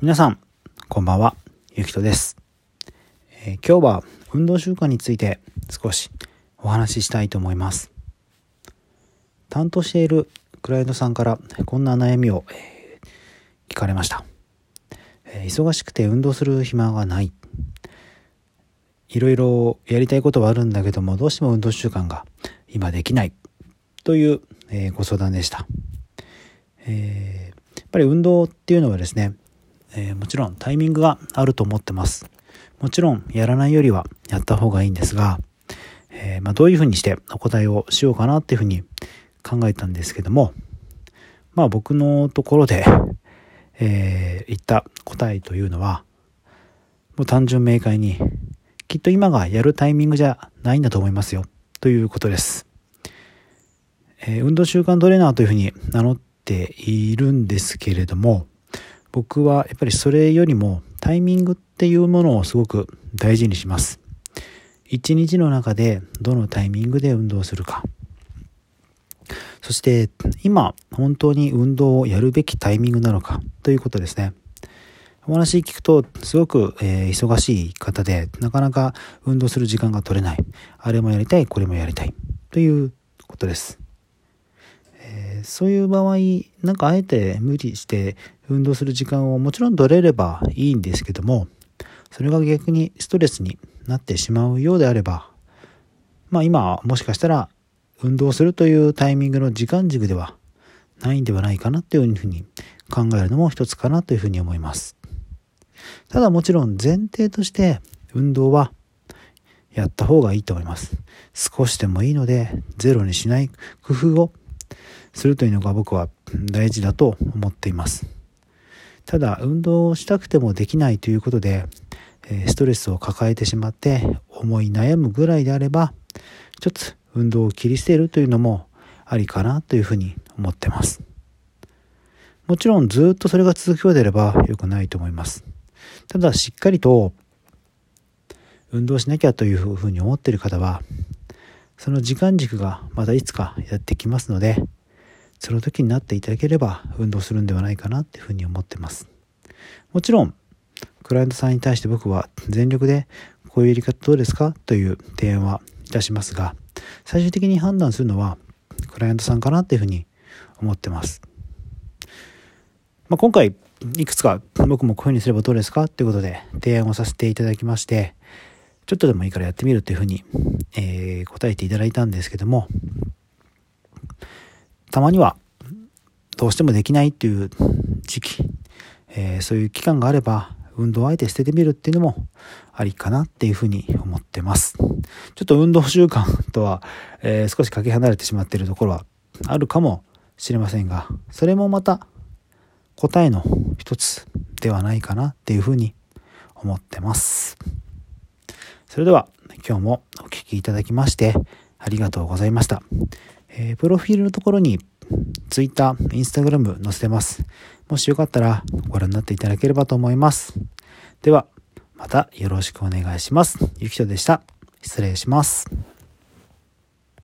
皆さんこんばんは、ゆきとです。今日は運動習慣について少しお話ししたいと思います。担当しているクライアントさんからこんな悩みを聞かれました。忙しくて運動する暇がない、いろいろやりたいことはあるんだけども、どうしても運動習慣が今できないというご相談でした。やっぱり運動っていうのはですね、もちろんタイミングがあると思ってます。もちろんやらないよりはやった方がいいんですが、どういうふうにしてお答えをしようかなっていうふうに考えたんですけども、僕のところで、言った答えというのはもう単純明快に、きっと今がやるタイミングじゃないんだと思いますよということです。運動習慣トレーナーというふうに名乗っているんですけれども、僕はやっぱりそれよりもタイミングっていうものをすごく大事にします。一日の中でどのタイミングで運動するか、そして今本当に運動をやるべきタイミングなのかということですね。お話聞くとすごく、忙しい方でなかなか運動する時間が取れない、あれもやりたいこれもやりたいということです。そういう場合、あえて無理して運動する時間をもちろん取れればいいんですけども、それが逆にストレスになってしまうようであれば、今もしかしたら運動するというタイミングの時間軸ではないんではないかなというふうに考えるのも一つかなというふうに思います。ただもちろん前提として運動はやった方がいいと思います。少しでもいいのでゼロにしない工夫をするというのが僕は大事だと思っています。ただ運動をしたくてもできないということで、ストレスを抱えてしまって思い悩むぐらいであれば、ちょっと運動を切り捨てるというのもありかなというふうに思ってます。もちろんずっとそれが続くようであれば良くないと思います。ただしっかりと運動しなきゃというふうに思っている方は、その時間軸がまたいつかやってきますので、その時になっていただければ運動するんではないかなというふうに思ってます。もちろんクライアントさんに対して僕は全力でこういうやり方どうですかという提案はいたしますが、最終的に判断するのはクライアントさんかなというふうに思ってます。今回いくつか僕もこういうふうにすればどうですかということで提案をさせていただきまして、ちょっとでもいいからやってみるというふうに、答えていただいたんですけども、たまにはどうしてもできないっていう時期、そういう期間があれば運動をあえて捨ててみるっていうのもありかなっていうふうに思ってます。ちょっと運動習慣とは、少しかけ離れてしまっているところはあるかもしれませんが、それもまた答えの一つではないかなっていうふうに思ってます。それでは今日もお聞きいただきましてありがとうございました。プロフィールのところに Twitter、Instagram 載せてます。もしよかったらご覧になっていただければと思います。ではまたよろしくお願いします。ゆきとでした。失礼します。